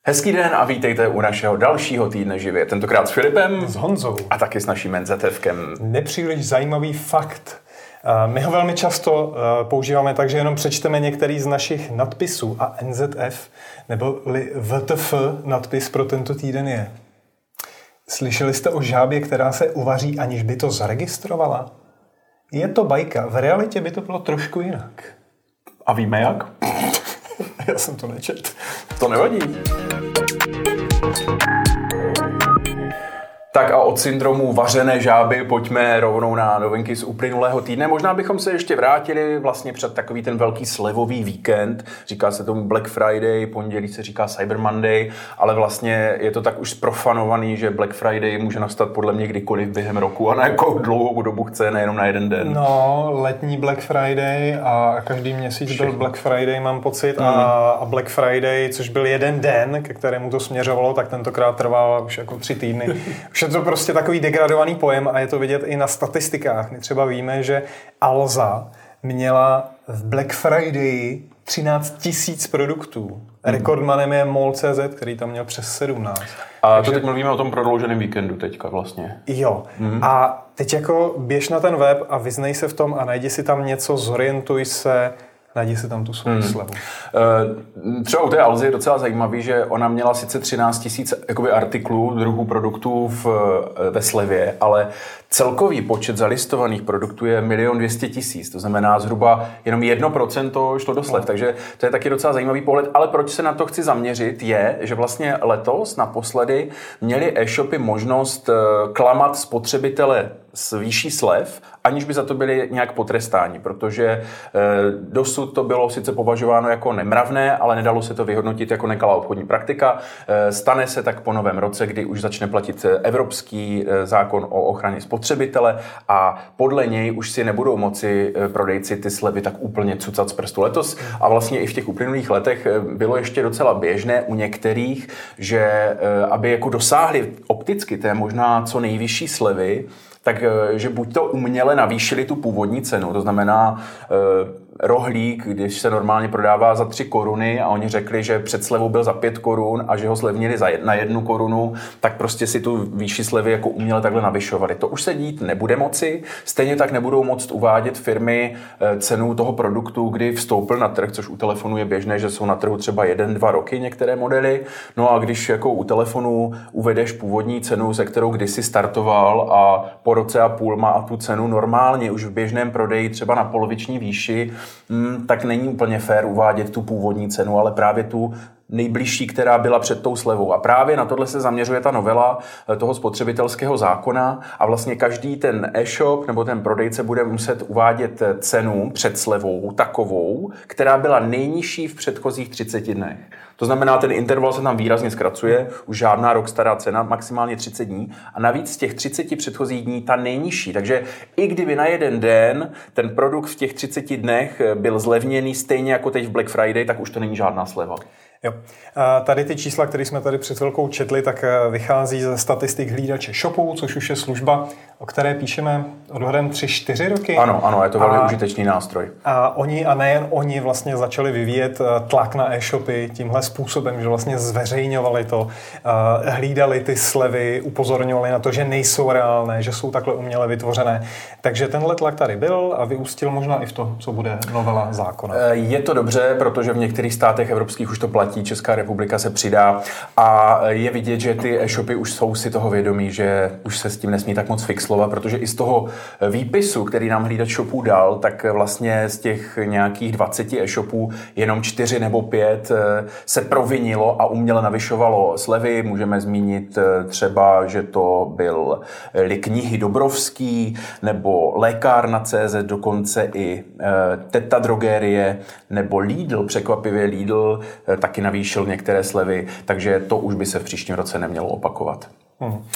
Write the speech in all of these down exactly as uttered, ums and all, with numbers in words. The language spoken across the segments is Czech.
Hezký den a vítejte u našeho dalšího týdne živě. Tentokrát s Filipem. S Honzou. A taky s naším N Z Fkem. Nepříliš zajímavý fakt. My ho velmi často používáme tak, že jenom přečteme některý z našich nadpisů a N Z F, nebo V T F nadpis pro tento týden je: slyšeli jste o žábě, která se uvaří, aniž by to zaregistrovala? Je to bajka. V realitě by to bylo trošku jinak. A víme jak? Já jsem to nečetl. To nevadí. Tak a od syndromu vařené žáby pojďme rovnou na novinky z uplynulého týdne. Možná bychom se ještě vrátili vlastně před takový ten velký slevový víkend. Říká se tomu Black Friday, pondělí se říká Cyber Monday, ale vlastně je to tak už zprofanovaný, že Black Friday může nastat podle mě kdykoliv během roku a na jakou dlouhou dobu chce, nejenom na jeden den. No, letní Black Friday a každý měsíc Všechno. byl Black Friday, mám pocit, mm. a, a Black Friday, což byl jeden den, ke kterému to směřovalo, tak tentokrát trvalo už jako tři týdny. Už je to prostě takový degradovaný pojem a je to vidět i na statistikách. My třeba víme, že Alza měla v Black Friday třináct tisíc produktů. Mm. Rekordmanem je Mall tečka cé zet, který tam měl přes sedmnáct. A Takže... to teď mluvíme o tom prodlouženém víkendu teďka vlastně. Jo. Mm. A teď jako běž na ten web a vyznej se v tom a najdi si tam něco, zorientuj se, najdi si tam tu svou hmm. slevu. Třeba u té Alzy je docela zajímavý, že ona měla sice třináct tisíc jakoby artiklů, druhů produktů v, ve slevě, ale celkový počet zalistovaných produktů je milion dvě stě tisíc. To znamená zhruba jenom jedno procento šlo do slev. No. Takže to je taky docela zajímavý pohled. Ale proč se na to chci zaměřit je, že vlastně letos naposledy měly e-shopy možnost klamat spotřebitele s výší slev, aniž by za to byli nějak potrestáni, protože e, dosud to bylo sice považováno jako nemravné, ale nedalo se to vyhodnotit jako nekalá obchodní praktika. E, stane se tak po novém roce, kdy už začne platit evropský e, zákon o ochraně spotřebitele a podle něj už si nebudou moci e, prodejci ty slevy tak úplně cucat z prstu letos. A vlastně i v těch uplynulých letech e, bylo ještě docela běžné u některých, že e, aby jako dosáhli opticky té možná co nejvyšší slevy, tak že buď to uměle navýšili tu původní cenu, to znamená e, rohlík, když se normálně prodává za tři koruny a oni řekli, že před slevou byl za pět korun a že ho slevnili za jed, na jednu korunu, tak prostě si tu výši slevy jako uměle takhle navyšovali. To už se dít nebude moci, stejně tak nebudou moct uvádět firmy e, cenu toho produktu, kdy vstoupil na trh, což u telefonu je běžné, že jsou na trhu třeba jeden, dva roky některé modely. No a když jako u telefonu uvedeš původní cenu, se kterou kdysi startoval a po roce a půl má tu cenu normálně už v běžném prodeji třeba na poloviční výši, hmm, tak není úplně fér uvádět tu původní cenu, ale právě tu nejbližší, která byla před tou slevou. A právě na tohle se zaměřuje ta novela toho spotřebitelského zákona a vlastně každý ten e-shop nebo ten prodejce bude muset uvádět cenu před slevou takovou, která byla nejnižší v předchozích třiceti dnech. To znamená, ten interval se tam výrazně zkracuje, už žádná rok stará cena, maximálně třicet dní a navíc z těch třiceti předchozích dní ta nejnižší. Takže i kdyby na jeden den ten produkt v těch třiceti dnech byl zlevněný stejně jako teď v Black Friday, tak už to není žádná sleva. Jo. Tady ty čísla, které jsme tady před chvilkou četli, tak vychází ze statistik hlídače shopů, což už je služba, o které píšeme odhadem tři čtyři roky. Ano, ano, je to velmi a, užitečný nástroj. A oni, a nejen oni, vlastně začali vyvíjet tlak na e-shopy tímhle způsobem, že vlastně zveřejňovali to, hlídali ty slevy, upozorňovali na to, že nejsou reálné, že jsou takhle uměle vytvořené. Takže tenhle tlak tady byl a vyústil možná i v to, co bude novela zákona. Je to dobře, protože v některých státech evropských už to platí, Česká republika se přidá a je vidět, že ty e-shopy už jsou si toho vědomí, že už se s tím nesmí tak moc fixlovat, protože i z toho výpisu, který nám hlídač shopů dal, tak vlastně z těch nějakých dvaceti e-shopů jenom čtyři nebo pět se provinilo a uměle navyšovalo slevy. Můžeme zmínit třeba, že to byl knihy Dobrovský nebo lékárna tečka cé zet, dokonce i Teta drogerie nebo Lidl, překvapivě Lidl taky navýšil některé slevy, takže to už by se v příštím roce nemělo opakovat. Hmm.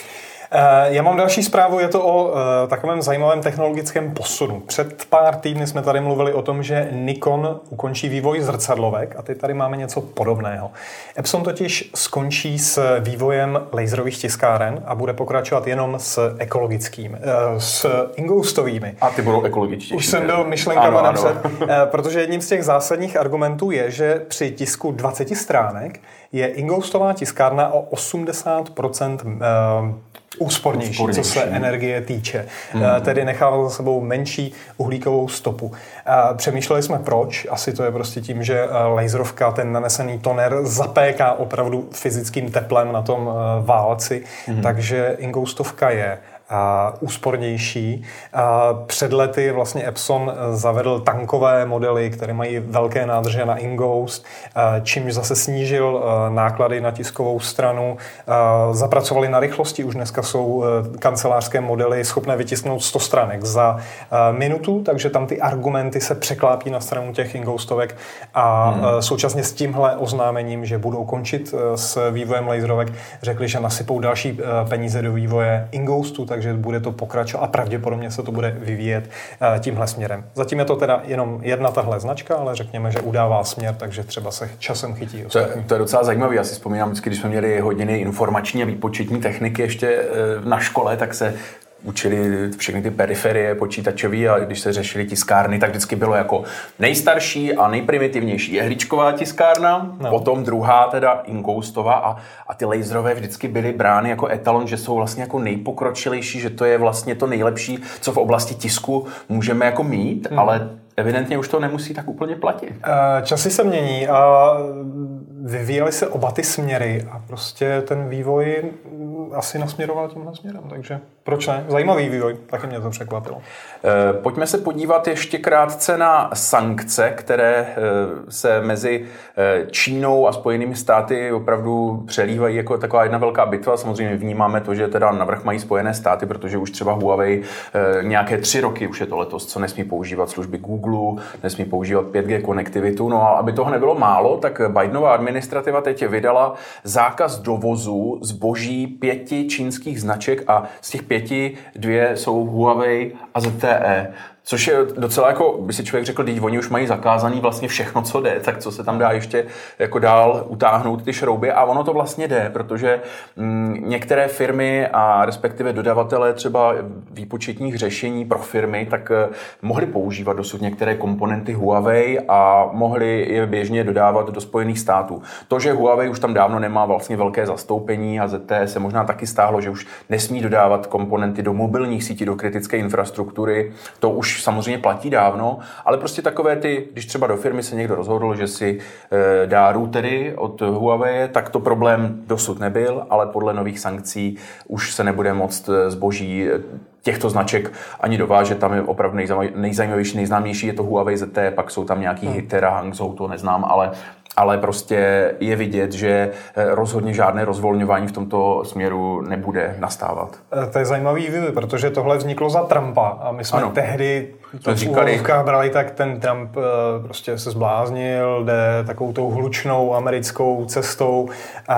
Já mám další zprávu, je to o takovém zajímavém technologickém posunu. Před pár týdny jsme tady mluvili o tom, že Nikon ukončí vývoj zrcadlovek a teď tady máme něco podobného. Epson totiž skončí s vývojem laserových tiskáren a bude pokračovat jenom s ekologickými, s ingoustovými. A ty budou ekologičtější. Už jsem byl myšlenkama napřed, protože jedním z těch zásadních argumentů je, že při tisku dvaceti stránek je ingoustová tiskárna o osmdesát procent úspornější, úspornější, co se energie týče. Hmm. Tedy nechává za sebou menší uhlíkovou stopu. Přemýšleli jsme proč. Asi to je prostě tím, že laserovka, ten nanesený toner, zapéká opravdu fyzickým teplem na tom válci. Hmm. Takže ingoustovka je a úspornější. A před lety vlastně Epson zavedl tankové modely, které mají velké nádrže na ingoust, čímž zase snížil náklady na tiskovou stranu. Zapracovali na rychlosti, už dneska jsou kancelářské modely schopné vytisknout sto stranek za minutu, takže tam ty argumenty se překlápí na stranu těch ingoustovek a hmm. současně s tímhle oznámením, že budou končit s vývojem laserovek, řekli, že nasypou další peníze do vývoje ingoustu, takže bude to pokračovat a pravděpodobně se to bude vyvíjet tímhle směrem. Zatím je to teda jenom jedna tahle značka, ale řekněme, že udává směr, takže třeba se časem chytí. To je, to je docela zajímavé. Já si vzpomínám, vždycky, když jsme měli hodiny informační a výpočetní techniky ještě na škole, tak se učili všechny ty periferie počítačové a když se řešili tiskárny, tak vždycky bylo jako nejstarší a nejprimitivnější jehličková tiskárna, no. Potom druhá teda ingoustová a, a ty laserové vždycky byly brány jako etalon, že jsou vlastně jako nejpokročilejší, že to je vlastně to nejlepší, co v oblasti tisku můžeme jako mít, hmm. ale evidentně už to nemusí tak úplně platit. Časy se mění a vyvíjely se oba ty směry a prostě ten vývoj asi nasměroval tímhle směrem, takže proč ne? Zajímavý vývoj, taky mě to překvapilo. Pojďme se podívat ještě krátce na sankce, které se mezi Čínou a Spojenými státy opravdu přelívají jako taková jedna velká bitva. Samozřejmě vnímáme to, že teda navrch mají Spojené státy, protože už třeba Huawei nějaké tři roky, už je to letos, co nesmí používat služby Google, nesmí používat pět G konektivitu. No a aby toho nebylo málo, tak Bidenova administrativa teď vydala zákaz dovozu zboží pěti čínských značek a z těch pěti dvě jsou Huawei a Z T E. Což je docela jako, by si člověk řekl, když oni už mají zakázaný vlastně všechno, co jde, tak co se tam dá ještě jako dál utáhnout ty šrouby a ono to vlastně jde, protože mm, některé firmy a respektive dodavatelé třeba výpočetních řešení pro firmy, tak eh, mohli používat dosud některé komponenty Huawei a mohli je běžně dodávat do Spojených států. To, že Huawei už tam dávno nemá vlastně velké zastoupení a Z T E se možná taky stáhlo, že už nesmí dodávat komponenty do mobilních sítí, do kritické infrastruktury, to už samozřejmě platí dávno, ale prostě takové ty, když třeba do firmy se někdo rozhodl, že si e, dá routery od Huawei, tak to problém dosud nebyl, ale podle nových sankcí už se nebude moct zboží těchto značek ani dovážet. Tam je opravdu nejzajímavější, nejznámější je to Huawei Z T, pak jsou tam nějaký hmm. Hitera, Hangzhou, to neznám, ale ale prostě je vidět, že rozhodně žádné rozvolňování v tomto směru nebude nastávat. To je zajímavý vývoj, protože tohle vzniklo za Trumpa a my jsme ano. tehdy to v úvodovkách brali, tak ten Trump prostě se zbláznil, jde takovou tou hlučnou americkou cestou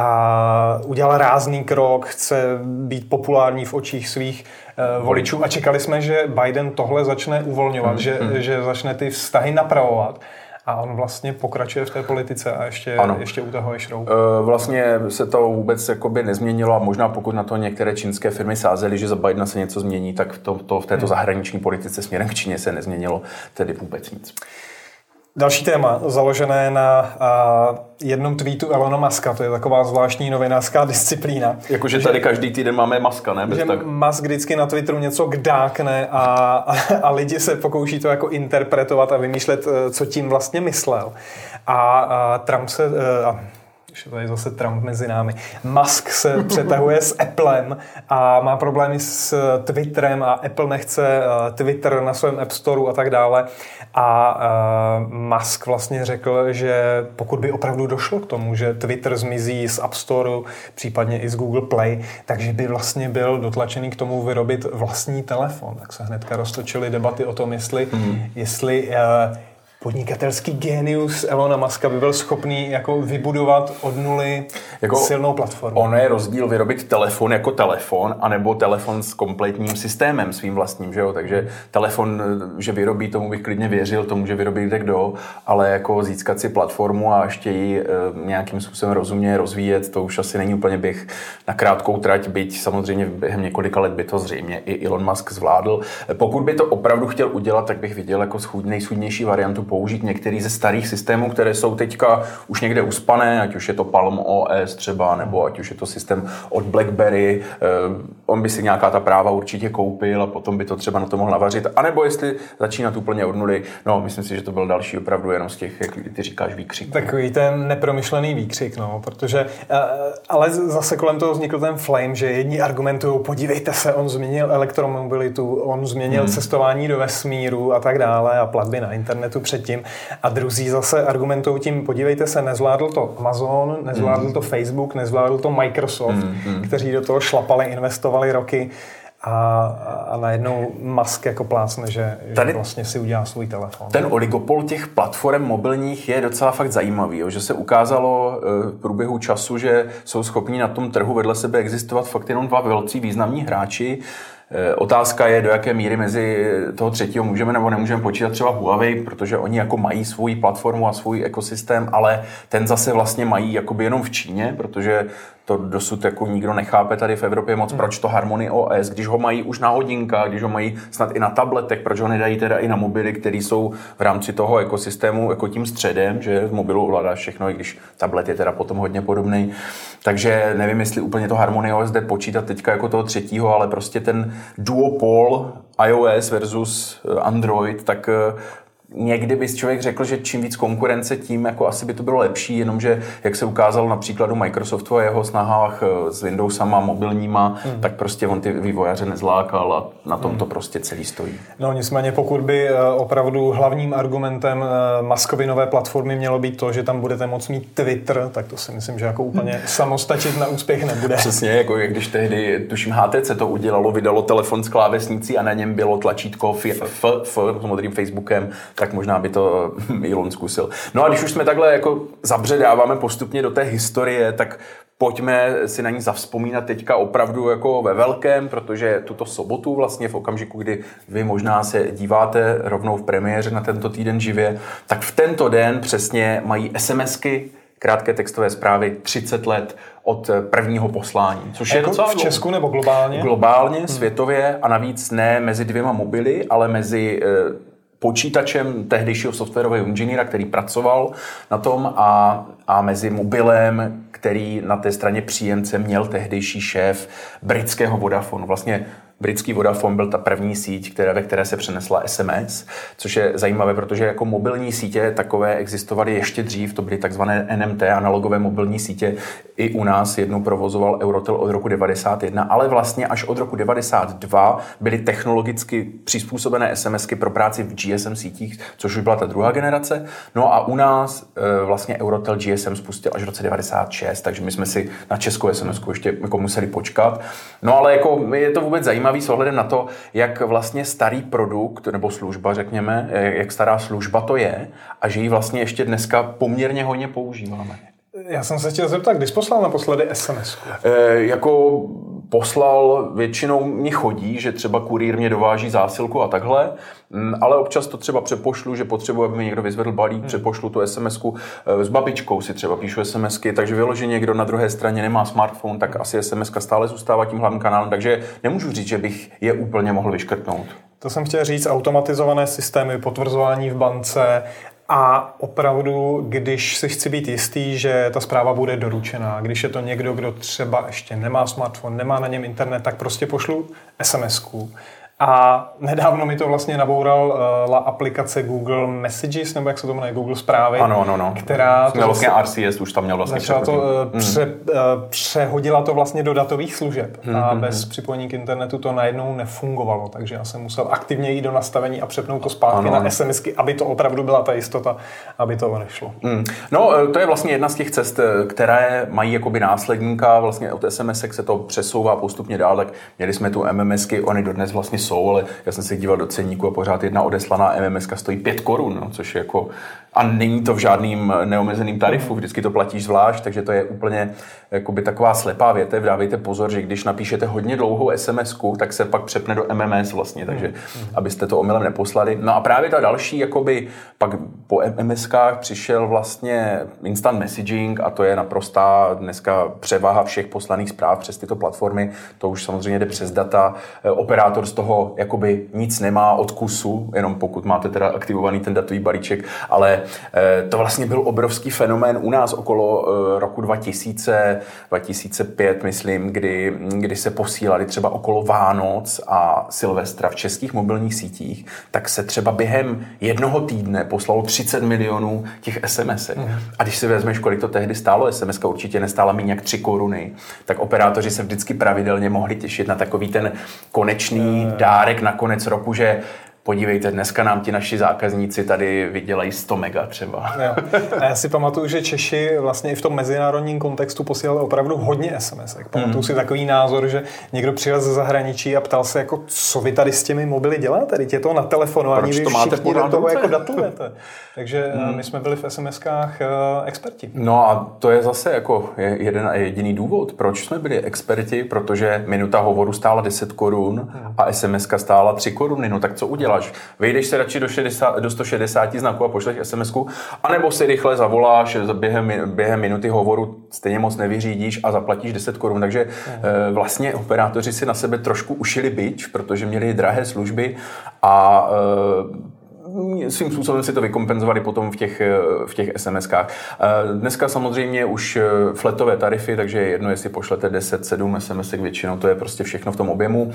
a udělal rázný krok, chce být populární v očích svých voličů a čekali jsme, že Biden tohle začne uvolňovat, hmm. že, hmm. že začne ty vztahy napravovat. A on vlastně pokračuje v té politice a ještě, ještě utahuje šroub. E, vlastně se to vůbec jakoby nezměnilo a možná pokud na to některé čínské firmy sázely, že za Bidena se něco změní, tak to, to v této hmm. zahraniční politice směrem k Číně se nezměnilo tedy vůbec nic. Další téma, založené na a, jednom tweetu Elona Muska, to je taková zvláštní novinářská disciplína. Jakože tady každý týden máme Muska, ne? Bez že tak... Musk vždycky na Twitteru něco kdákne a, a, a lidi se pokouší to jako interpretovat a vymýšlet, co tím vlastně myslel. A, a Trump se... A, to je zase Trump mezi námi. Musk se přetahuje s Applem a má problémy s Twitterem a Apple nechce Twitter na svém App Storeu a tak dále. A uh, Musk vlastně řekl, že pokud by opravdu došlo k tomu, že Twitter zmizí z App Storeu, případně i z Google Play, takže by vlastně byl dotlačený k tomu vyrobit vlastní telefon. Tak se hnedka roztočily debaty o tom, jestli, mm. jestli uh, podnikatelský génius Elona Muska by byl schopný jako vybudovat od nuly jako silnou platformu. Ono je rozdíl vyrobit telefon jako telefon, anebo telefon s kompletním systémem svým vlastním, že jo? Takže telefon, že vyrobí, tomu bych klidně věřil, tomu, že vyrobí kde kdo, ale jako získat si platformu a ještě ji e, nějakým způsobem rozumně rozvíjet, to už asi není úplně běh na krátkou trať, byť samozřejmě během několika let by to zřejmě i Elon Musk zvládl. Pokud by to opravdu chtěl udělat, tak bych viděl jako nejschůdnější variantu použít některý ze starých systémů, které jsou teďka už někde uspané, ať už je to Palm O S třeba, nebo ať už je to systém od BlackBerry. On by si nějaká ta práva určitě koupil a potom by to třeba na to mohl navařit. A nebo jestli začínat úplně od nuly. No, myslím si, že to byl další opravdu jenom z těch, jak ty říkáš, výkřik. Takový ten nepromyšlený výkřik, no, protože, ale zase kolem toho vznikl ten flame, že jedni argumentují, podívejte se, on změnil elektromobilitu, on změnil hmm. cestování do vesmíru a tak dále a platby na internetu předtím. A druzí zase argumentují tím, podívejte se, nezvládl to Amazon, nezvládl hmm. to Facebook, nezvládl to Microsoft, hmm. kteří do toho šlapali, investovali roky. A, a najednou Musk jako plácne, že, že vlastně si udělá svůj telefon. Ten oligopol těch platform mobilních je docela fakt zajímavý, jo? Že se ukázalo v průběhu času, že jsou schopni na tom trhu vedle sebe existovat fakt jenom dva velcí významní hráči. Otázka je, do jaké míry mezi toho třetího můžeme nebo nemůžeme počítat třeba Huawei, protože oni jako mají svou platformu a svůj ekosystém, ale ten zase vlastně mají jakoby jenom v Číně, protože to dosud jako nikdo nechápe tady v Evropě moc, proč to Harmony O S, když ho mají už na hodinkách, když ho mají snad i na tabletech, proč ho nedají teda i na mobily, které jsou v rámci toho ekosystému jako tím středem, že v mobilu ovládáš všechno, i když tablet je teda potom hodně podobný. Takže nevím, jestli úplně to Harmony O S jde počítat teďka jako toho třetího, ale prostě ten duopol iOS versus Android, tak někdy by člověk řekl, že čím víc konkurence, tím jako asi by to bylo lepší, jenomže jak se ukázalo na příkladu Microsoftu a jeho snahách s Windowsama, mobilníma, hmm. tak prostě on ty vývojáře nezlákal a na tom to prostě celý stojí. No nicméně pokud by opravdu hlavním argumentem Muskovy nové platformy mělo být to, že tam budete moct mít Twitter, tak to si myslím, že jako úplně samostačit na úspěch nebude. Přesně, jako když tehdy, tuším H T C to udělalo, vydalo telefon s klávesnicí a na něm bylo tlačítko F, F, F s modrým Facebookem, tak možná by to Elon zkusil. No a když už jsme takhle jako zabředáváme postupně do té historie, tak pojďme si na ní zavzpomínat teďka opravdu jako ve velkém, protože tuto sobotu vlastně v okamžiku, kdy vy možná se díváte rovnou v premiéře na tento týden živě, tak v tento den přesně mají SMSky, krátké textové zprávy, třicet let od prvního poslání. Což je docela v Česku nebo globálně? Globálně, hmm. světově a navíc ne mezi dvěma mobily, ale mezi počítačem tehdejšího softwarového inženýra, který pracoval na tom a, a mezi mobilem, který na té straně příjemce měl tehdejší šéf britského Vodafonu. Vlastně britský Vodafone byl ta první síť, která, ve které se přenesla S M S, což je zajímavé, protože jako mobilní sítě takové existovaly ještě dřív, to byly takzvané N M T, analogové mobilní sítě. I u nás jednu provozoval Eurotel od roku devadesát jedna, ale vlastně až od roku devadesát dva byly technologicky přizpůsobené SMSky pro práci v G S M sítích, což už byla ta druhá generace. No a u nás e, vlastně Eurotel G S M spustil až v roce devadesát šest, takže my jsme si na českou SMSku ještě jako museli počkat. No ale jako je to vůbec zajímavé s ohledem na to, jak vlastně starý produkt nebo služba, řekněme, jak stará služba to je a že ji vlastně ještě dneska poměrně hodně používáme. Já jsem se chtěl zeptat, kdy jsi poslal naposledy es em esku? E, jako poslal, většinou mi chodí, že třeba kurýr mě dováží zásilku a takhle, ale občas to třeba přepošlu, že potřebuji, aby mi někdo vyzvedl balík, hmm. přepošlu tu SMSku. S babičkou si třeba píšu SMSky, takže vyloženě někdo na druhé straně nemá smartphone, tak asi SMSka stále zůstává tím hlavním kanálem, takže nemůžu říct, že bych je úplně mohl vyškrtnout. To jsem chtěl říct, automatizované systémy, potvrzování v bance. A opravdu, když si chci být jistý, že ta zpráva bude doručená, když je to někdo, kdo třeba ještě nemá smartphone, nemá na něm internet, tak prostě pošlu SMSku. A nedávno mi to vlastně nabourala aplikace Google Messages, nebo jak se to jmenuje, Google zprávy. Ano, ano, ano. Která to vlastně R C S už tam měl vlastně začala to, pře, hmm. přehodila to vlastně do datových služeb. Hmm, a hmm, bez hmm. připojení k internetu to najednou nefungovalo. Takže já jsem musel aktivně jít do nastavení a přepnout to zpátky ano, na ano. SMSky, aby to opravdu byla ta jistota, aby to odešlo. Hmm. No, to je vlastně jedna z těch cest, které mají jakoby následníka. Vlastně od SMSek se to přesouvá postupně dál, tak měli jsme tu MMSky, oni dodnes vlastně jsou, ale já jsem se díval do ceníku a pořád jedna odeslaná MMSka stojí pět korun, no, což je jako a není to v žádným neomezeným tarifu, vždycky to platíš zvlášť, takže to je úplně jakoby taková slepá větev. Dávejte pozor, že když napíšete hodně dlouhou SMSku, tak se pak přepne do M M S vlastně, takže mm. abyste to omylem neposlali. No a právě ta další, jakoby pak po MMSkách přišel vlastně instant messaging a to je naprostá dneska převaha všech poslaných zpráv přes tyto platformy. To už samozřejmě jde přes data. Operátor z toho toho jakoby nic nemá od kusu, jenom pokud máte teda aktivovaný ten datový balíček, ale to vlastně byl obrovský fenomén u nás okolo roku dva tisíce, dva tisíce pět, myslím, kdy, kdy se posílali třeba okolo Vánoc a Silvestra v českých mobilních sítích, tak se třeba během jednoho týdne poslalo třicet milionů těch SMSek. Mm. A když si vezmeš, kolik to tehdy stálo, SMSka určitě nestála méně jak tři koruny, tak operátoři se vždycky pravidelně mohli těšit na takový ten konečný mm. dárek na konec roku, že podívejte, dneska nám ti naši zákazníci tady vydělají sto mega třeba. Jo. A já si pamatuju, že Češi vlastně i v tom mezinárodním kontextu posílali opravdu hodně SMSek. Pamatuju hmm. si takový názor, že někdo přijel ze zahraničí a ptal se, jako, co vy tady s těmi mobily děláte? Teď je to na telefonu, ani vy všichni do toho jako datujete. Takže hmm. my jsme byli v SMSkách uh, experti. No a to je zase jako jeden a jediný důvod, proč jsme byli experti, protože minuta hovoru stála deset korun hmm. a SMSka stála tři koruny. No tak co uděláš? Vejdeš se radši do, šedesát, do sto šedesát znaků a pošleš SMSku, anebo si rychle zavoláš, během, během minuty hovoru stejně moc nevyřídíš a zaplatíš deset korun. Takže hmm. e, vlastně operátoři si na sebe trošku ušili bič, protože měli drahé služby a e, svým způsobem si to vykompenzovali potom v těch, v těch SMSkách. Dneska samozřejmě už flatové tarify, takže je jedno, jestli pošlete deset, sedm SMSek, většinou to je prostě všechno v tom objemu.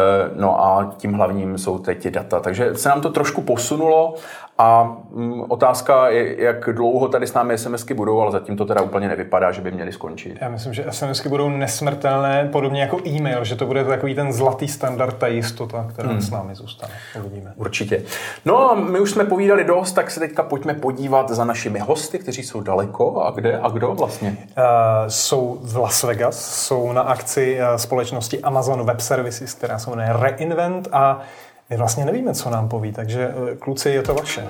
No a tím hlavním jsou teď data. Takže se nám to trošku posunulo a otázka je, jak dlouho tady s námi SMSky budou, ale zatím to teda úplně nevypadá, že by měly skončit. Já myslím, že SMSky budou nesmrtelné, podobně jako e-mail, že to bude takový ten zlatý standard, ta jistota, která hmm. s námi zůstane. Uvidíme. Určitě. No a my už jsme povídali dost, tak se teďka pojďme podívat za našimi hosty, kteří jsou daleko a kde a kdo vlastně? Uh, jsou v Las Vegas, jsou na akci společnosti Amazon Web Services, která se jmenuje Reinvent a my vlastně nevíme, co nám poví, takže kluci, je to vaše.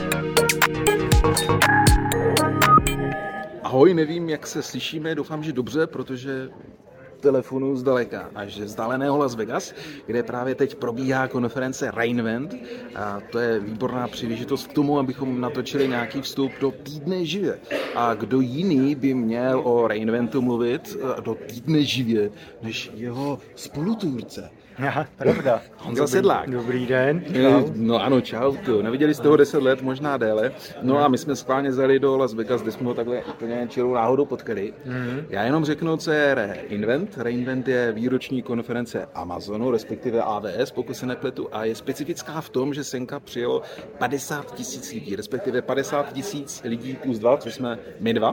Ahoj, nevím, jak se slyšíme, doufám, že dobře, protože telefonu zdaleka až ze vzdáleného Las Vegas, kde právě teď probíhá konference Reinvent a to je výborná příležitost k tomu, abychom natočili nějaký vstup do Týdne živě. A kdo jiný by měl o Reinventu mluvit do Týdne živě, než jeho spolutvůrce. Aha, pravda. Honza dobrý, Sedlák. Dobrý den. Čau. No ano, čau. To. Neviděli jste ho deset let, možná déle. No a my jsme schválně zali do Las Vegas, kde jsme ho takhle úplně čirou náhodou potkali. Mm-hmm. Já jenom řeknu, co je Reinvent. Reinvent je výroční konference Amazonu, respektive A W S, pokud se nepletu, a je specifická v tom, že senka přijelo padesát tisíc lidí, respektive padesát tisíc lidí plus dva, což jsme my dva.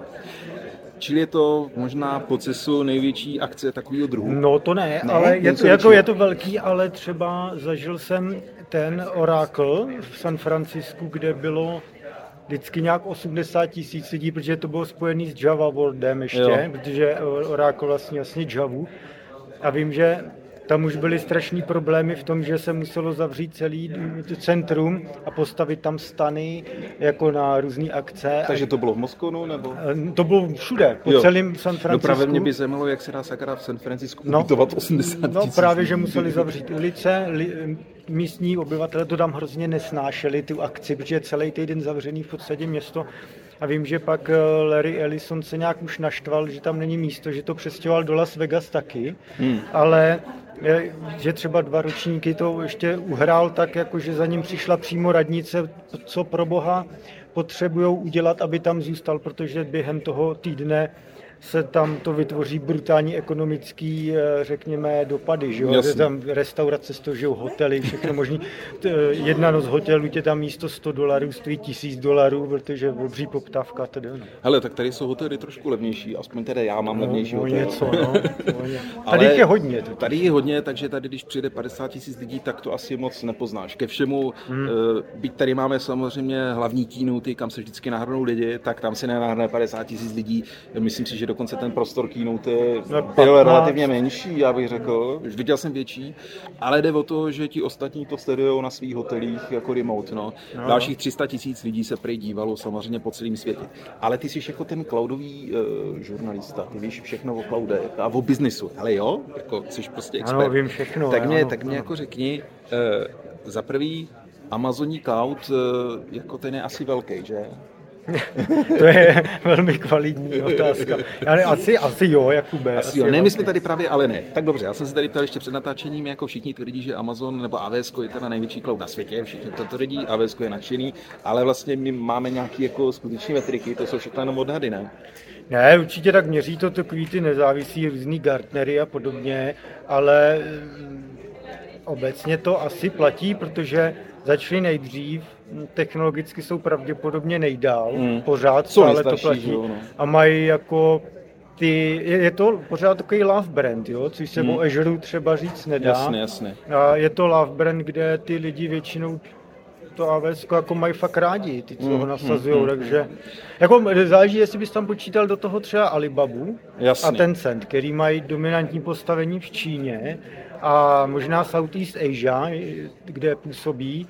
Čili je to možná po cestu největší akce takového druhu? No to ne, ne ale je to, jako, je to velký, ale třeba zažil jsem ten Oracle v San Francisku, kde bylo vždycky nějak osmdesát tisíc lidí, protože to bylo spojený s Java Worldem ještě, jo. Protože Oracle vlastně jasně Javu. A vím, že tam už byly strašný problémy v tom, že se muselo zavřít celý centrum a postavit tam stany jako na různé akce. Takže to bylo v Moskonu nebo? To bylo všude, po jo. celém San Francisku. No právě mě by zajímalo, jak se dá sakra v San Francisku ubytovat no, osmdesát tisíc. No právě, že museli zavřít ulice, li, místní obyvatele to tam hrozně nesnášeli, tu akci, protože celý týden zavřený v podstatě město. A vím, že pak Larry Ellison se nějak už naštval, že tam není místo, že to přestěhoval do Las Vegas taky, hmm. ale že třeba dva ročníky to ještě uhrál tak, jako že za ním přišla přímo radnice, co pro boha potřebujou udělat, aby tam zůstal, protože během toho týdne se tam to vytvoří brutální ekonomický, řekněme, dopady, že jo? Tam restaurace stožou, hotely, všechno možný. Jedna noc hotelu tě tam místo sto dolarů stojí tisíc dolarů, protože obří poptávka tedy. No. Hele, tak tady jsou hotely trošku levnější, aspoň tedy já mám no, levnější hotel. Něco, no. Tady je hodně. To. Tady je hodně, takže tady, když přijde padesát tisíc lidí, tak to asi moc nepoznáš. Ke všemu, hmm. byť tady máme samozřejmě hlavní keynoty, kam se vždycky nahrnou lidi, tak tam se nenahrne padesát tisíc lidí. Myslím si, že dokonce ten prostor keynote byl relativně menší, já bych řekl. Viděl jsem větší, ale jde o to, že ti ostatní to sledujou na svých hotelích jako remote. No. No. Dalších tři sta tisíc lidí se prej dívalo samozřejmě po celém světě. Ale ty jsi jako ten cloudový uh, žurnalista, ty víš všechno o cloudech a o biznisu. Ale jo, jako jsi prostě expert. Ano, vím všechno. Tak mě, ano, tak mě ano. jako řekni, uh, za prvý Amazoní cloud, uh, jako ten je asi velký, že? To je velmi kvalitní otázka. Ale asi, asi jo, Jakube. Asi, asi jo, ne, my jsme tady právě, ale ne. Tak dobře, já jsem se tady ptal ještě před natáčením, jako všichni tvrdí, že Amazon nebo A W S je teda největší cloud na světě, všichni to tvrdí, A W S je nadšený, ale vlastně my máme nějaké jako skutečné metriky, to jsou všechno jenom odhady, ne? Ne, určitě tak měří to takový ty nezávislí různý Gartnery a podobně, ale obecně to asi platí, protože začali nejdřív, technologicky jsou pravděpodobně nejdál, hmm. pořád stále to platí jo, no. A mají jako ty, je, je to pořád takový love brand, jo, což se hmm. o Azure třeba říct nedá. Jasně, jasně. A je to love brand, kde ty lidi většinou to A W S jako mají fakt rádi, ty, co hmm. ho nasazují, hmm. takže jako záleží, jestli bys tam počítal do toho třeba Alibabu Jasně. a Tencent, který mají dominantní postavení v Číně a možná Southeast Asia, kde působí,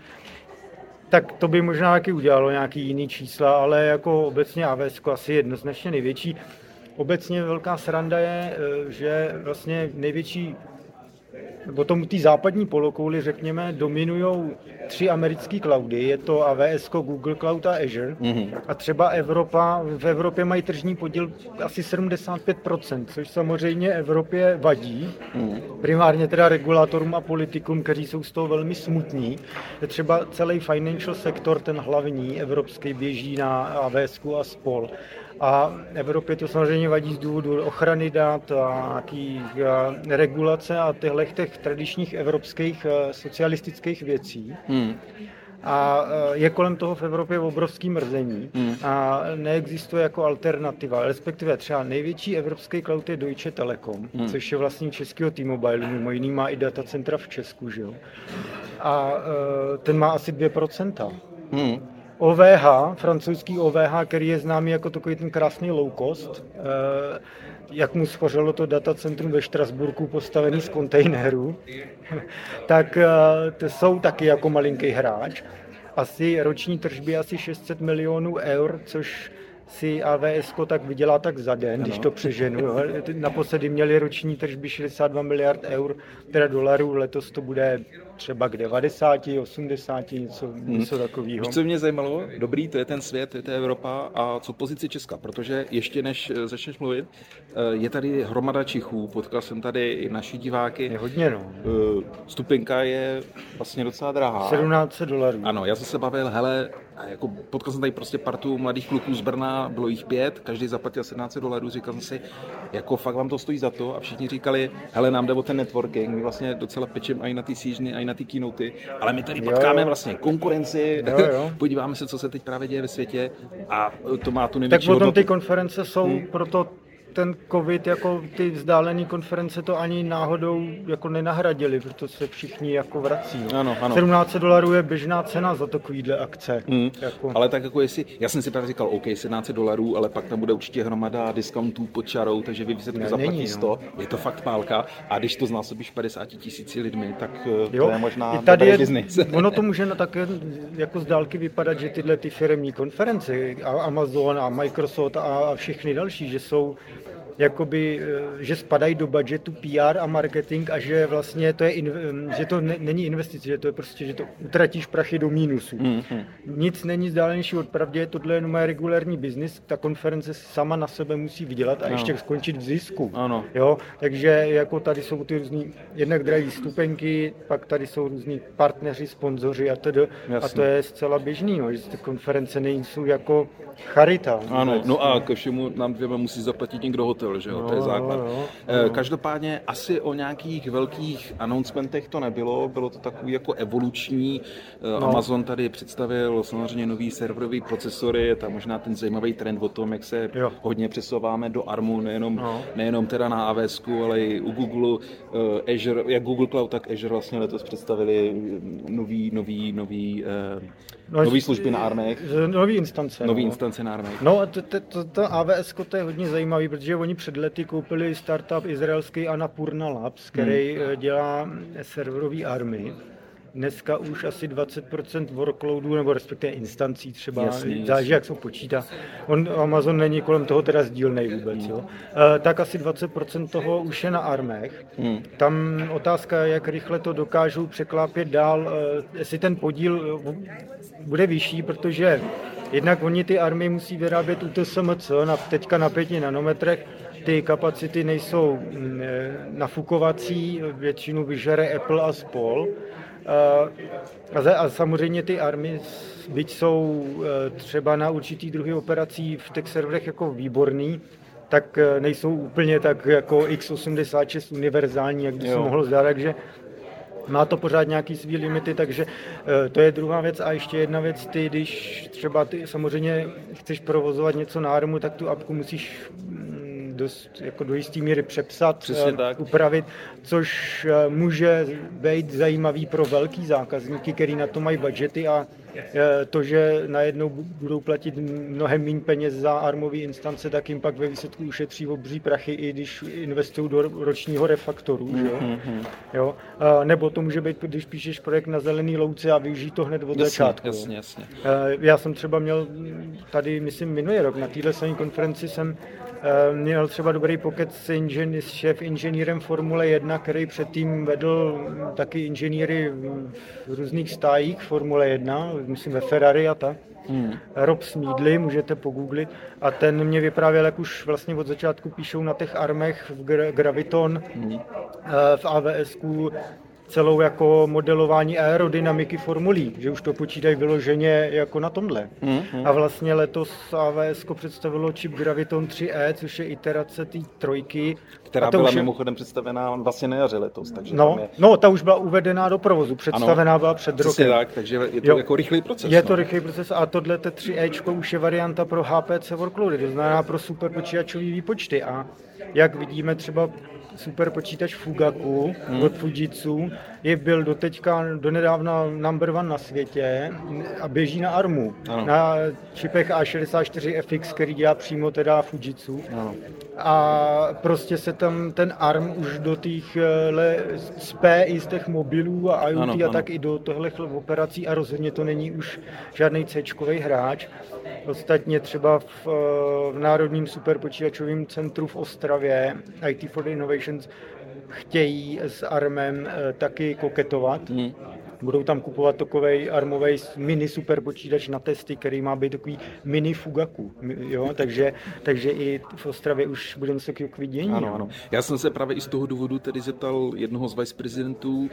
tak to by možná taky udělalo nějaký jiný čísla, ale jako obecně A W S asi jednoznačně největší. Obecně velká sranda je, že vlastně největší, nebo tomu té západní polokouli, řekněme, dominujou tři americké cloudy, je to A W S, Google Cloud a Azure. Mm-hmm. A třeba Evropa, v Evropě mají tržní podíl asi sedmdesát pět procent, což samozřejmě Evropě vadí. Mm. Primárně teda regulátorům a politikům, kteří jsou z toho velmi smutní. Třeba celý financial sektor, ten hlavní evropský, běží na A W S a spol. A Evropě to samozřejmě vadí z důvodu ochrany dat a nějaký regulace a těchto těch tradičních evropských socialistických věcí. Hmm. A je kolem toho v Evropě obrovský mrzení hmm. a neexistuje jako alternativa. Respektive třeba největší evropský cloud je Deutsche Telekom, hmm. což je vlastní českého T-Mobile, mimo jiný má i datacentra v Česku, že jo? A ten má asi dvě procenta. Hmm. O V H, francouzský O V H, který je známý jako takový ten krásný low cost, jak mu schořelo to datacentrum ve Štrasburku postavený z kontejnerů, tak to jsou taky jako malinký hráč. Asi roční tržby asi šest set milionů eur, což si A W S tak vydělá tak za den, ano. Když to přeženu. Jo. Naposledy měli roční tržby šedesát dva miliard eur, teda dolarů, letos to bude třeba k devadesát, osmdesát, něco, hmm. něco takového. Co mě zajímalo, dobrý, to je ten svět, to je ta Evropa a co pozici Česka, protože ještě než začneš mluvit, je tady hromada Čichů, potkal jsem tady i naši diváky. Je hodně, no. Stupenka je vlastně docela drahá. sedmnáct set dolarů. Ano, já jsem se bavil, hele, jako potkal jsem tady prostě partu mladých kluků z Brna, bylo jich pět, každý zaplatil sedmnáct set dolarů, říkal jsem si, jako fakt vám to stojí za to a všichni říkali, hele, nám jde o ten networking, my vlastně docela pečeme i na ty sížny, i na ty keynoty, ale my tady potkáme jo, jo. vlastně konkurenci, jo, jo. podíváme se, co se teď právě děje ve světě a to má tu největší hodnotu. Tak potom ty konference jsou hmm. proto ten covid, jako ty vzdálené konference to ani náhodou jako nenahradili, protože se všichni jako vrací. Ano, ano. sedmnáct set dolarů je běžná cena za takovýhle akce. Hmm. Jako. Ale tak jako jestli, já jsem si právě říkal, OK, sedmnáct set dolarů, ale pak tam bude určitě hromada discountů pod čarou, takže vy výsledku zaplatí sto, no. Je to fakt pálka a když to znásobíš padesát tisíci lidmi, tak jo, to je možná tady je business. Ono to může také jako z dálky vypadat, že tyhle ty firemní konference, Amazon a Microsoft a všechny další, že jsou jakoby, že spadají do budgetu P R a marketing a že vlastně to je, že to ne, není investice, že to je prostě, že to utratíš prachy do mínusu. Mm-hmm. Nic není vzdálenější od pravdy, tohle je jenom regulární biznis, ta konference sama na sebe musí vydělat a no. ještě skončit v zisku. Ano. Jo? Takže jako tady jsou ty různý, jednak drahý stupenky, pak tady jsou různí partneři, sponzoři a tedy. A to je zcela běžný, no, že ty konference nejsou jako charita. Ano, vůbec. No a ke všemu nám dvěma musí zaplatit někdo hotel, že jo, no, to je základ. No, no. Každopádně asi o nějakých velkých announcementech to nebylo, bylo to takový jako evoluční. No. Amazon tady představil samozřejmě nový serverový procesory, je tam možná ten zajímavý trend o tom, jak se jo. hodně přesouváme do ARMu, nejenom, no. nejenom teda na A W S, ale i u Google, Azure, jak Google Cloud, tak Azure vlastně letos představili nový, nový, nový, no, nový služby na ARMech. Nový instance. Nový no. instance na ARMech. No a to, to, to, to A W S to je hodně zajímavý, protože oni před lety koupili startup izraelský Annapurna Labs, který hmm. dělá serverový army. dneska už asi dvacet procent workloadů, nebo respektive instancí třeba, jasně, záleží, jasně. jak se počítá. On, Amazon není kolem toho teda sdílnej vůbec, hmm. jo. E, tak asi dvacet procent toho už je na armech. Hmm. Tam otázka, jak rychle to dokážou překlápět dál, e, jestli ten podíl bude vyšší, protože jednak oni ty army musí vyrábět U T S M C na, teďka na pěti nanometrech, ty kapacity nejsou nafukovací, většinu vyžere Apple a spol. A samozřejmě ty army, byť jsou třeba na určitý druhy operací v těch serverech jako výborný, tak nejsou úplně tak jako X osmdesát šest univerzální, jak by se mohlo zdát, takže má to pořád nějaký svý limity, takže to je druhá věc. A ještě jedna věc, ty, když třeba ty samozřejmě chceš provozovat něco na armu, tak tu apku musíš dost, jako do jistý míry přepsat, upravit, což může být zajímavý pro velký zákazníky, který na to mají budžety, a to, že najednou budou platit mnohem méně peněz za armové instance, tak jim pak ve výsledku ušetří obří prachy, i když investují do ročního refaktoru. Mm-hmm. Jo? Nebo to může být, když píšeš projekt na zelený louce a využij to hned od jasně, začátku. Jasně, jasně. Já jsem třeba měl tady, myslím, minulý rok, na téhle samé konferenci jsem měl třeba dobrý pokec s, inžen, s šéf inženýrem Formule jedna, který předtím vedl taky inženýry v různých stájích Formule jedna, myslím ve Ferrari a tak. Hmm. Rob Smeedley, můžete pogooglit, a ten mě vyprávěl, jak už vlastně od začátku píšou na těch armech v Gra- Graviton, hmm. v A W S ku celou jako modelování aerodynamiky formulí, že už to počítají vyloženě jako na tomhle. Mm, mm. A vlastně letos A W S představilo čip Graviton tři E, což je iterace té trojky. Která byla je... mimochodem představená vlastně na jaře letos. Takže no, je... no, ta už byla uvedená do provozu, představená ano, byla před rokem. Tak, takže je to jo, jako rychlý proces. Je no. to rychlý proces a tohle tři E už je varianta pro H P C workloady, to znamená pro superpočítačové výpočty. A jak vidíme třeba super počítač Fugaku hmm. od Fujitsu, je byl doteďka, donedávna number one na světě a běží na armu. Ano. Na čipech A šedesát čtyři F X, který dělá přímo teda Fujitsu. Ano. A prostě se tam ten arm už do těch spé i z těch mobilů a IoT ano, a ano. tak i do tohle operací, a rozhodně to není už žádný C-čkovej hráč. Ostatně třeba v, v Národním superpočítačovém centru v Ostravě I T for Innovations chtějí s armem taky koketovat. Hmm. Budou tam kupovat takovej armovej mini superpočítač na testy, který má být takový mini Fugaku. Jo? Takže, takže i v Ostravě už bude něco k vidění. Ano, ano. Já jsem se právě i z toho důvodu tedy zeptal jednoho z viceprezidentů,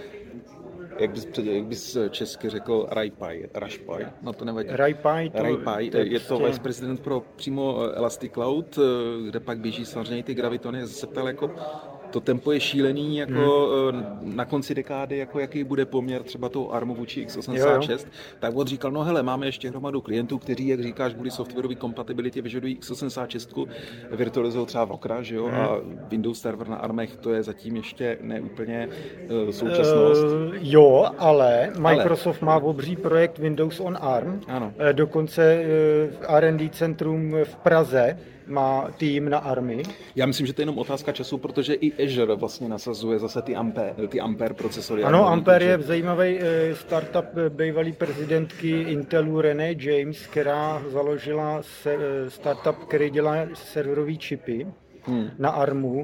jak bys, jak bys česky řekl, Rajpaj, Rašpaj, no to nevadí. Rajpaj, to, Rajpaj, to je, je to vice prezident pro přímo Elastic Cloud, kde pak běží samozřejmě ty Gravitony. Já jsem se ptal, jako to tempo je šílený, jako hmm. na konci dekády, jako jaký bude poměr třeba toho armu vůči X osmdesát šest, jo, jo. Tak on říkal, no hele, máme ještě hromadu klientů, kteří, jak říkáš, kvůli softwarové kompatibilitě vyžadují X osmdesát šest, virtualizují třeba v Okra, že jo, hmm. a Windows server na armech, to je zatím ještě neúplně uh, současnost. Uh, jo, ale Microsoft ale. má obří projekt Windows on ARM, ano. Dokonce uh, R and D centrum v Praze má tým na army. Já myslím, že to je jenom otázka času, protože i Azure vlastně nasazuje zase ty Ampere, ty Ampere procesory. Ano, Ampere je zajímavý startup bývalý prezidentky Intelu Renée James, která založila startup, který dělá serverový čipy hmm. na armu.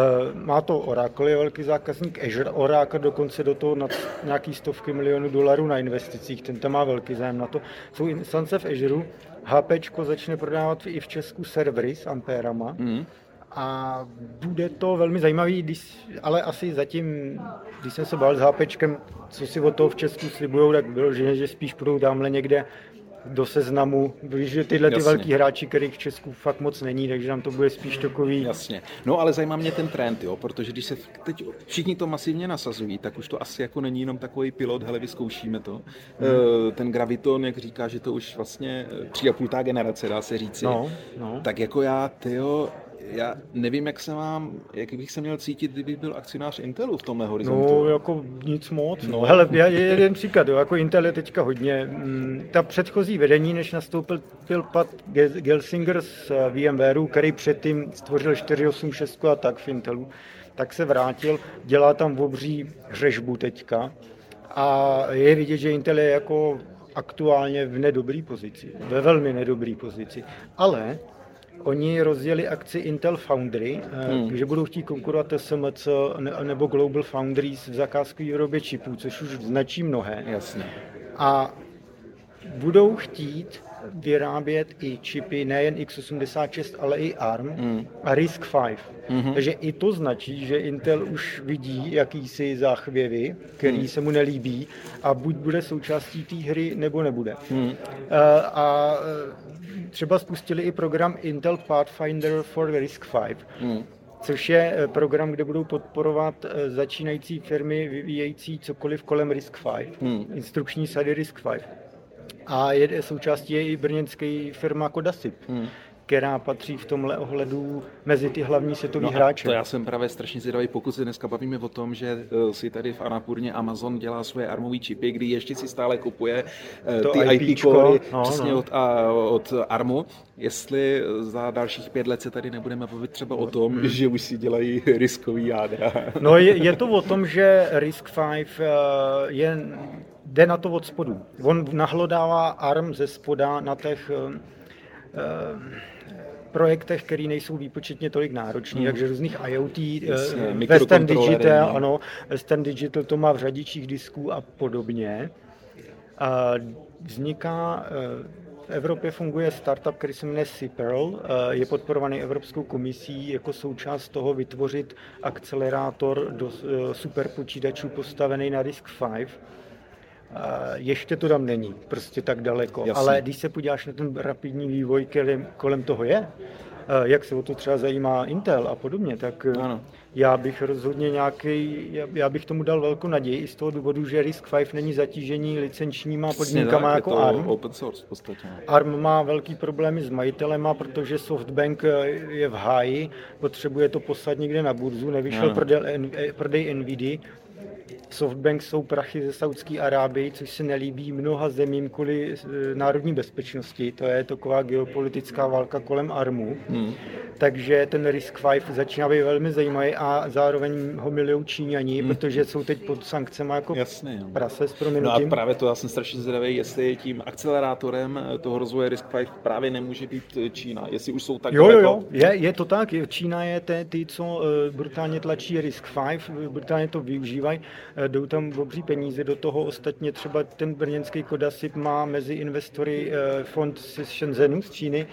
Má to Oracle, je velký zákazník Azure. Oracle dokonce do toho na nějaký stovky milionů dolarů na investicích, ten tam má velký zájem na to. Jsou instance v Azure. HPčko začne prodávat i v Česku servery s Amperama mm. a bude to velmi zajímavý, když, ale asi zatím, když jsem se bavil s HPčkem, co si od toho v Česku slibujou, tak bylo, že, že spíš půjdou tamhle někde do seznamu, že tyhle ty Jasně. velký hráči, kterých v Česku fakt moc není, takže nám to bude spíš takový... Jasně. No ale zajímá mě ten trend, jo, protože když se teď všichni to masivně nasazují, tak už to asi jako není jenom takový pilot, hele, vyzkoušíme to. Hmm. Ten Graviton, jak říká, že to už vlastně tři a půl tá generace, dá se říci. No, no. Tak jako já, tyjo, já nevím, jak se mám, jak bych se měl cítit, kdybych byl akcionář Intelu v tomhle horizontu. No, jako nic moc. No, hele, já jeden příklad, jo, jako Intel je teďka hodně, m, ta předchozí vedení, než nastoupil Pat Gelsinger z VMwareu, který předtím stvořil čtyři osm šest a tak v Intelu, tak se vrátil, dělá tam obří řežbu teďka A je vidět, že Intel je jako aktuálně v nedobré pozici, ve velmi nedobré pozici. Ale oni rozjeli akci Intel Foundry, hmm. že budou chtít konkurovat T S M C nebo Global Foundries v zakázkové výrobě čipů, což už značí mnohé. Jasně. A budou chtít vyrábět i čipy nejen X osmdesát šest, ale i A R M mm. a RISC pět. Mm-hmm. Takže i to značí, že Intel už vidí jakýsi záchvěvy, který mm. se mu nelíbí a buď bude součástí té hry, nebo nebude. Mm. A třeba spustili i program Intel Pathfinder for RISC pět. Mm. Což je program, kde budou podporovat začínající firmy vyvíjející cokoliv kolem RISC pět, hmm. instrukční sady RISC pět. A je, součástí je i brněnská firma Codasip, hmm. která patří v tomhle ohledu mezi ty hlavní světový no hráče. To já jsem právě strašně zvědavý, pokud se dneska bavíme o tom, že si tady v Annapurně Amazon dělá svoje armový čipy, kdy ještě si stále kupuje to ty I P core no, přesně no. Od, a, od Armu. Jestli za dalších pět let se tady nebudeme bavit třeba o tom, hmm. že už si dělají riskový jádra. No je, je to o tom, že RISC pět je, jde na to od spodu. On nahlodává A R M ze spoda na těch projektech, které nejsou výpočetně tolik náročný, hmm. takže různých I O T, Western Digital, ano, Western Digital to má v řadičích disků a podobně. A vzniká, v Evropě funguje startup, který se jmenuje Siperl, je podporovaný Evropskou komisí jako součást toho vytvořit akcelerátor do superpočítačů postavený na RISC pět. Ještě to tam není, prostě tak daleko, jasně. Ale když se podíváš na ten rapidní vývoj, který kolem toho je, jak se o to třeba zajímá Intel a podobně, tak ano. Já bych rozhodně nějaký, já bych tomu dal velkou naději i z toho důvodu, že RISC pět není zatížení licenčníma podmínkama jako A R M. Open source v podstatě. A R M má velký problémy s majitelema, protože SoftBank je v háji, potřebuje to poslat někde na burzu, nevyšel prodej, prodej Nvidia. SoftBank jsou prachy ze Saudské Arábie, což se nelíbí mnoha zemím kvůli národní bezpečnosti. To je taková geopolitická válka kolem A R M U. Hmm. Takže ten RISC pět začíná být velmi zajímavý a zároveň ho milují Číňani, hmm. protože jsou teď pod sankcemi jako Jasně, jo. prase s prominutím. No a právě to já jsem strašně zvědavý, jestli tím akcelerátorem toho rozvoje RISC pět právě nemůže být Čína, jestli už jsou tak Jo, jo, jo, je, je to tak. Čína je ty, ty co brutálně tlačí RISC pět, brutálně to využívají. Jdou tam obří peníze do toho, ostatně třeba ten brněnský Codasip má mezi investory fond z Shenzhenu z Číny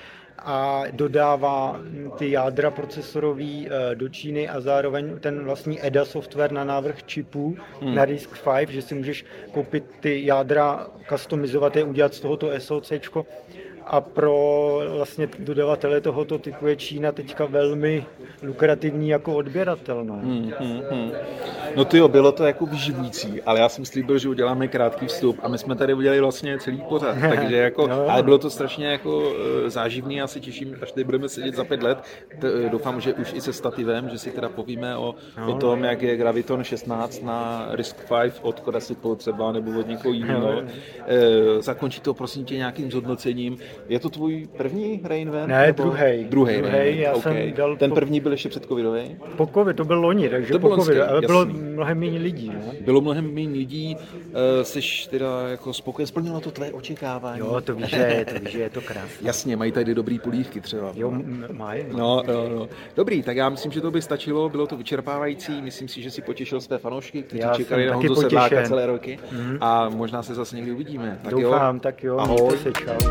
a dodává ty jádra procesorový do Číny a zároveň ten vlastní E D A software na návrh čipů hmm. na RISC pět, že si můžeš koupit ty jádra, customizovat je, udělat z tohoto SoCčko. A pro vlastně dodavatele tohoto typu je Čína teďka velmi lukrativní jako odběratel. No, hmm, hmm, hmm. no tyjo, bylo to jako vyživující, ale já jsem slíbil, že uděláme krátký vstup a my jsme tady udělali vlastně celý pořad, takže jako, no. Ale bylo to strašně jako záživný, já se těším, až tady budeme sedět za pět let, T- doufám, že už i se stativem, že si teda povíme o, no, o tom, no. jak je Graviton šestnáct na RISC pět od Codasipu třeba, nebo od někoho jiného. No. E, zakončí to prosím tě nějakým zhodnocením. Je to tvůj první Rainven? Ne, druhý. Druhý, já okay. jsem dal Ten první byl ještě před covidový? Po covid, to byl loni, takže to po covid, ale bylo mnohem méně lidí. Ne? Bylo mnohem méně lidí, uh, seš teda jako spokojen, splnilo to tvé očekávání? Jo, to víš, že, to víš, že je to krásné. Jasně, mají tady dobrý polívky třeba. Jo, mají. No, no, no. Dobrý, tak já myslím, že to by stačilo, bylo to vyčerpávající, myslím si, že si potěšil své fanoušky, kteří já čekali na Honzu Sedláka celé roky mm-hmm. a možná se zase někdy uvidíme. Tak Doufám, jo. tak jo, ahoj. Se, čau.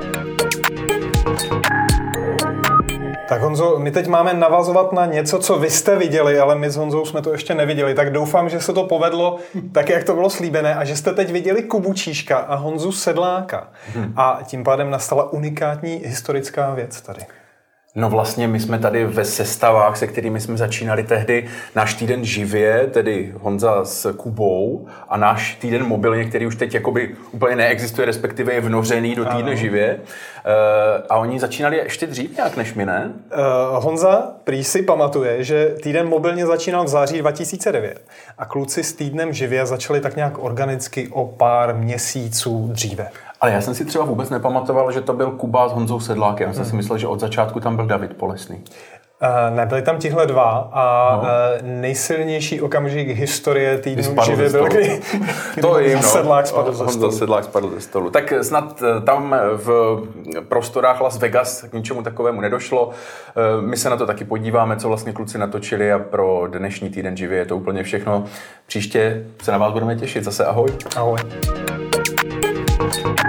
Tak Honzo, my teď máme navazovat na něco, co vy jste viděli, ale my s Honzou jsme to ještě neviděli, tak doufám, že se to povedlo tak, jak to bylo slíbené a že jste teď viděli Kubu Čížka a Honzu Sedláka. Hmm. A tím pádem nastala unikátní historická věc tady. No vlastně my jsme tady ve sestavách, se kterými jsme začínali tehdy náš týden živě, tedy Honza s Kubou a náš týden mobilně, který už teď jakoby úplně neexistuje, respektive je vnořený do týdne ano. živě. Uh, a oni začínali ještě dřív nějak než my, ne? Uh, Honza prý si pamatuje, že týden mobilně začínal v září dva tisíce devět a kluci s týdnem živě začali tak nějak organicky o pár měsíců dříve. Ale já jsem si třeba vůbec nepamatoval, že to byl Kuba s Honzou Sedlákem. Já jsem hmm. si myslel, že od začátku tam byl David Polesný. Uh, nebyli tam tihle dva a no. uh, nejsilnější okamžik historie týdnu živě byl, kdy, kdy to je, Sedlák spadl ze stolu. Sedlák spadl ze stolu. Tak snad tam v prostorách Las Vegas k ničemu takovému nedošlo. My se na to taky podíváme, co vlastně kluci natočili a pro dnešní týden živě je to úplně všechno. Příště se na vás budeme těšit. Zase ahoj. Ahoj.